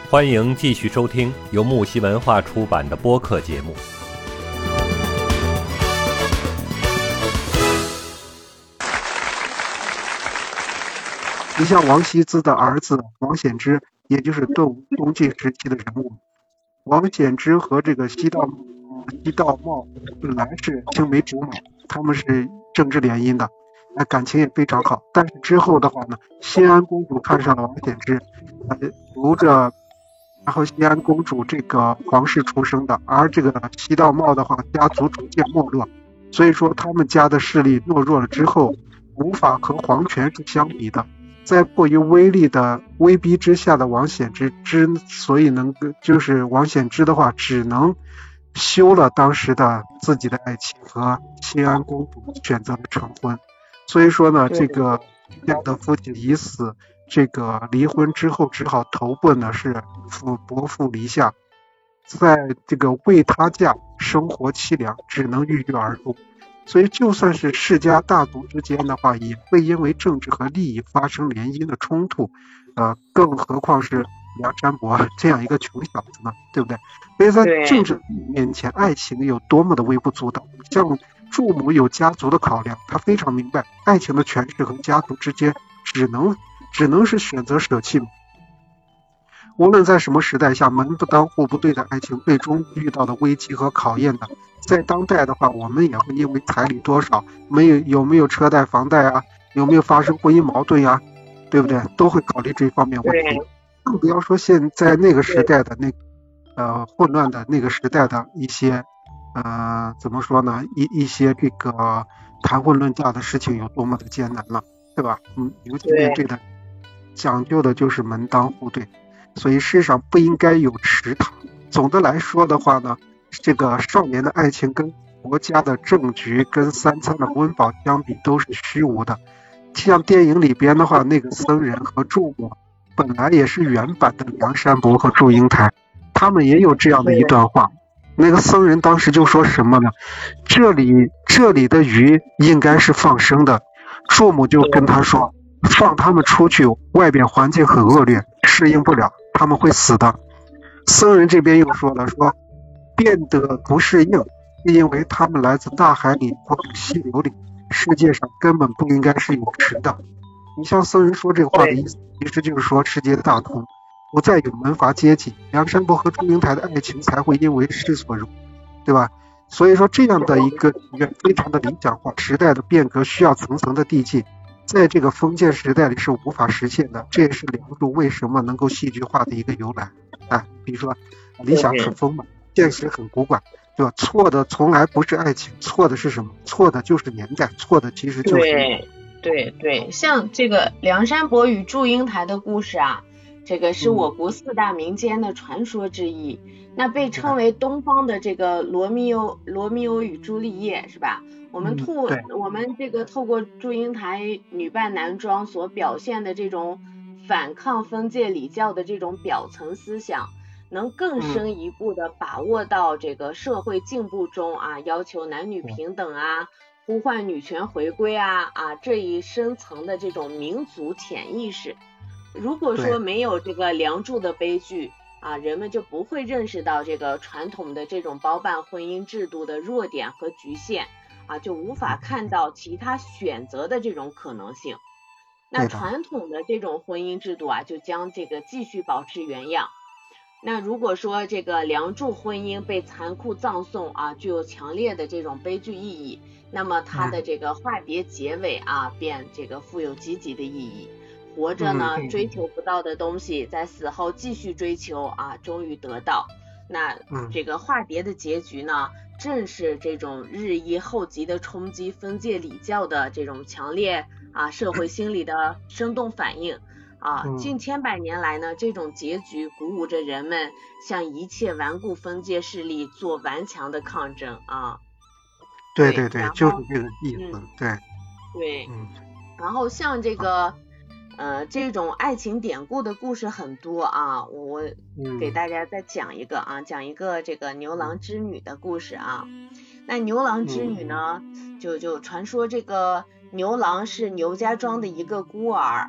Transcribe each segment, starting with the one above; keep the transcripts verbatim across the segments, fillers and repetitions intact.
欢迎继续收听由木西文化出版的播客节目。 你像王羲之的儿子王显之，也就是东东晋时期的人物。王显之和这个西道西道茂本来是青梅竹马，他们是政治联姻的，感情也非常好。但是之后的话呢，新安公主看上了王显之，呃，由着，然后西安公主这个皇室出生的，而这个西道茂的话，家族逐渐没落，所以说他们家的势力懦弱了之后，无法和皇权是相比的。在迫于威力的威逼之下的王显之之所以能就是王显之的话，只能休了当时的自己的爱情，和新安公主选择了成婚。所以说呢，这个家的父亲已死，这个离婚之后只好投奔的是父伯父篱下，在这个为他嫁生活凄凉，只能郁郁而终。所以就算是世家大族之间的话，也会因为政治和利益发生联姻的冲突，呃，更何况是梁山伯这样一个穷小子呢，对不对？所以在政治面前，爱情有多么的微不足道。像祝母有家族的考量，他非常明白爱情的权势和家族之间只能只能是选择舍弃。无论在什么时代下，门不当户不对的爱情最终遇到的危机和考验的，在当代的话，我们也会因为彩礼多少，没有有没有车贷房贷啊，有没有发生婚姻矛盾呀、啊，对不对？都会考虑这方面问题。更不要说现在那个时代的那呃混乱的那个时代的一些呃怎么说呢？一一些这个谈婚论嫁的事情有多么的艰难了，对吧？嗯，尤其是这个讲究的就是门当户对。所以世上不应该有池塘。总的来说的话呢，这个少年的爱情跟国家的政局跟三餐的温饱相比都是虚无的。像电影里边的话，那个僧人和祝母本来也是原版的梁山伯和祝英台，他们也有这样的一段话。那个僧人当时就说什么呢？这里这里的鱼应该是放生的。祝母就跟他说，放他们出去，外边环境很恶劣，适应不了，他们会死的。僧人这边又说了，说变得不适应，是因为他们来自大海里或者溪流里，世界上根本不应该是有池的。你像僧人说这个话的意思，其实就是说世界大同，不再有门阀阶级，梁山伯和祝英台的爱情才会因为世所容，对吧？所以说这样的一个非常的理想化，时代的变革需要层层的递进，在这个封建时代里是无法实现的。这也是梁祝为什么能够戏剧化的一个由来。哎，比如说理想很丰满，现实很古怪，对吧？错的从来不是爱情，错的是什么？错的就是年代，错的其实就是对对对，像这个梁山伯与祝英台的故事啊，这个是我国四大民间的传说之一，嗯、那被称为东方的这个罗密欧罗密欧与朱丽叶，是吧？我们透、嗯、我们这个透过祝英台女扮男装所表现的这种反抗封建礼教的这种表层思想，能更深一步的把握到这个社会进步中啊，要求男女平等啊，呼唤女权回归啊啊这一深层的这种民族潜意识。如果说没有这个梁祝的悲剧啊，人们就不会认识到这个传统的这种包办婚姻制度的弱点和局限啊，就无法看到其他选择的这种可能性。那传统的这种婚姻制度啊，就将这个继续保持原样。那如果说这个梁祝婚姻被残酷葬送啊，具有强烈的这种悲剧意义，那么它的这个化蝶结尾啊，便这个富有积极的意义。活着呢，追求不到的东西，在死后继续追求啊，终于得到。那这个化蝶的结局呢，正是这种日益后级的冲击封建礼教的这种强烈啊社会心理的生动反应啊。近千百年来呢，这种结局鼓舞着人们向一切顽固封建势力做顽强的抗争啊。 对对对，就是这个意思。嗯、对对、嗯，然后像这个。呃，这种爱情典故的故事很多啊，我给大家再讲一个啊，讲一个这个牛郎织女的故事啊。那牛郎织女呢，就就传说这个牛郎是牛家庄的一个孤儿，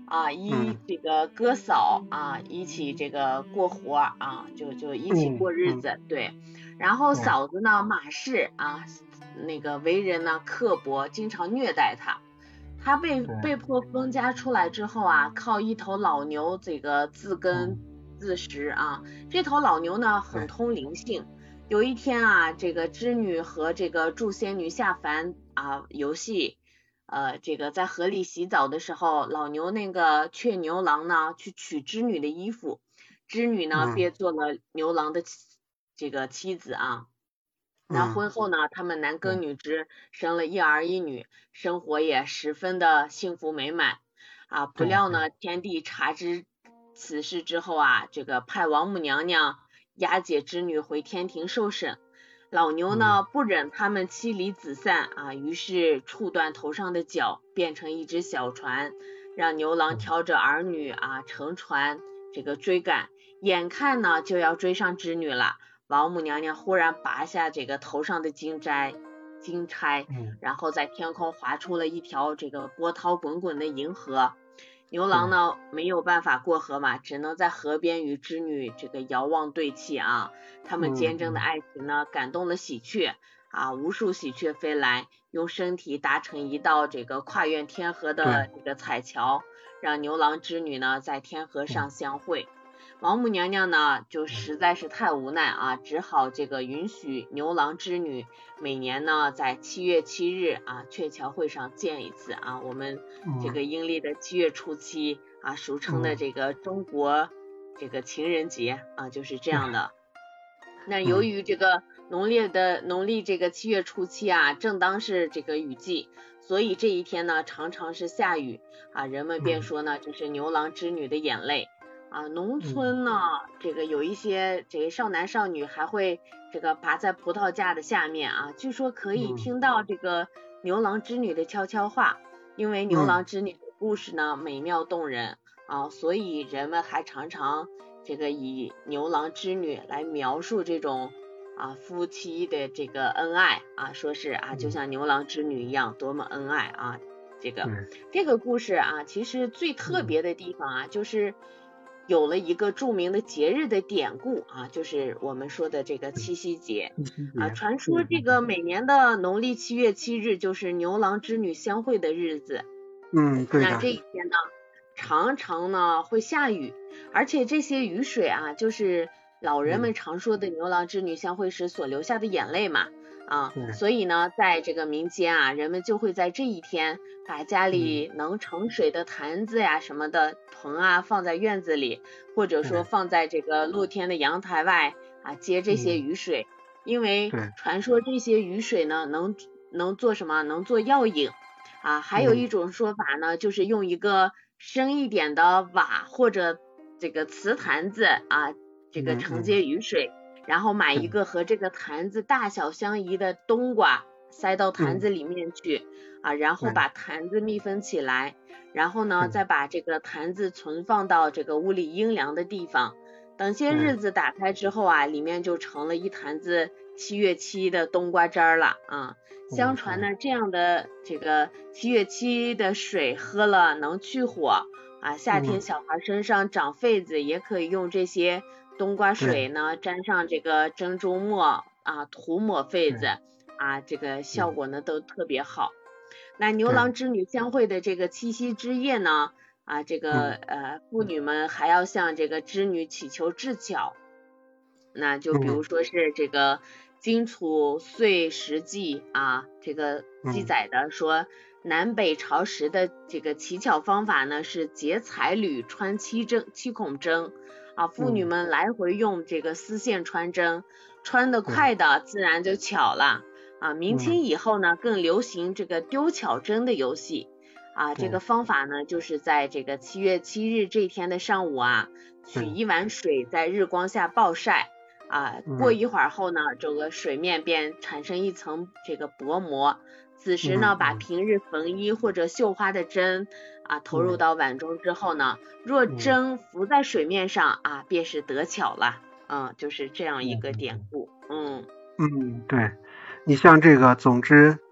啊，一这个哥嫂啊一起这个过活啊，就就一起过日子，嗯嗯、对。然后嫂子呢马氏啊，那个为人呢刻薄，经常虐待他。他被被迫分家出来之后啊，靠一头老牛这个自耕自食啊。这头老牛呢很通灵性。有一天啊，这个织女和这个祝仙女下凡啊游戏。呃，这个在河里洗澡的时候，老牛那个却牛郎呢去取织女的衣服，织女呢便做了牛郎的这个妻子啊。那婚后呢，他们男耕女织，生了一儿一女，生活也十分的幸福美满啊。不料呢，天帝察知此事之后啊，这个派王母娘娘押解织女回天庭受审。老牛呢不忍他们妻离子散啊，于是触断头上的角，变成一只小船，让牛郎挑着儿女啊乘船这个追赶。眼看呢就要追上织女了，王母娘娘忽然拔下这个头上的金钗，金钗，然后在天空划出了一条这个波涛滚滚的银河。牛郎呢没有办法过河嘛，只能在河边与织女这个遥望对泣啊。他们坚贞的爱情呢感动了喜鹊啊，无数喜鹊飞来，用身体搭成一道这个跨越天河的这个彩桥，让牛郎织女呢在天河上相会。王母娘娘呢就实在是太无奈啊，只好这个允许牛郎织女每年呢在七月七日啊鹊桥会上见一次啊。我们这个阴历的七月初七啊，俗称的这个中国这个情人节啊，就是这样的。那由于这个农历的农历这个七月初七啊，正当是这个雨季，所以这一天呢常常是下雨啊，人们便说呢这是牛郎织女的眼泪。啊，农村呢，这个有一些这个少男少女还会这个爬在葡萄架的下面啊，据说可以听到这个牛郎织女的悄悄话，因为牛郎织女的故事呢美妙动人啊，所以人们还常常这个以牛郎织女来描述这种啊夫妻的这个恩爱啊，说是啊就像牛郎织女一样多么恩爱啊。这个这个故事啊，其实最特别的地方啊，就是有了一个著名的节日的典故啊，就是我们说的这个七夕节啊。传说这个每年的农历七月七日就是牛郎织女相会的日子。 嗯，对的。 那这一天呢，常常呢会下雨，而且这些雨水啊，就是老人们常说的牛郎织女相会时所流下的眼泪嘛。啊，所以呢，在这个民间啊，人们就会在这一天把家里能盛水的坛子呀、什么的盆啊放在院子里，或者说放在这个露天的阳台外啊接这些雨水，因为传说这些雨水呢能能做什么？能做药引啊。还有一种说法呢，就是用一个深一点的瓦或者这个瓷坛子啊，这个承接雨水。然后买一个和这个坛子大小相宜的冬瓜，塞到坛子里面去啊，然后把坛子密封起来，然后呢再把这个坛子存放到这个屋里阴凉的地方，等些日子打开之后啊，里面就成了一坛子七月七的冬瓜汁儿了啊。相传呢，这样的这个七月七的水喝了能去火啊，夏天小孩身上长痱子也可以用这些冬瓜水呢沾上这个珍珠末啊，涂抹痱子啊，这个效果呢都特别好。那牛郎织女相会的这个七夕之夜呢啊，这个呃妇女们还要向这个织女祈求智巧，那就比如说是这个荆楚岁时记啊，这个记载的说南北朝时的这个乞巧方法呢是结彩缕穿七针七孔针啊，妇女们来回用这个丝线穿针，穿得快的自然就巧了啊。明清以后呢更流行这个丢巧针的游戏啊，这个方法呢就是在这个七月七日这天的上午啊，取一碗水在日光下暴晒啊，过一会儿后呢，这个水面便产生一层这个薄膜。此时呢，把平日缝衣或者绣花的针啊投入到碗中之后呢，若针浮在水面上啊，便是得巧了。嗯，就是这样一个典故。嗯嗯，对，你像这个，总之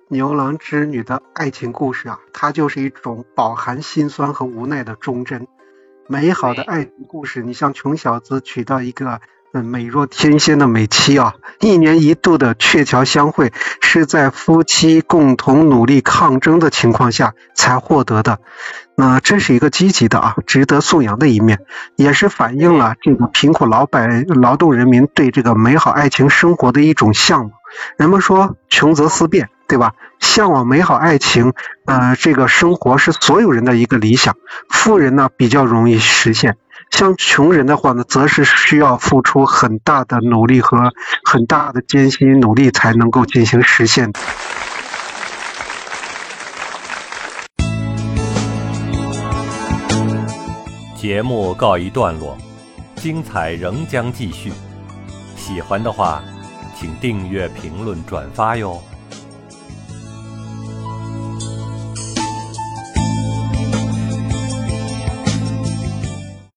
牛郎织女的爱情故事啊，它就是一种饱含辛酸和无奈的忠贞。美好的爱情故事，你像穷小子娶到一个嗯美若天仙的美妻啊，一年一度的鹊桥相会是在夫妻共同努力抗争的情况下才获得的。那这是一个积极的啊，值得颂扬的一面，也是反映了这个贫苦老百劳动人民对这个美好爱情生活的一种向往。人们说穷则思变，对吧？向往美好爱情，呃，这个生活是所有人的一个理想。富人呢比较容易实现，像穷人的话呢，则是需要付出很大的努力和很大的艰辛努力才能够进行实现的。 节目告一段落，精彩仍将继续。喜欢的话，请订阅、评论、转发哟。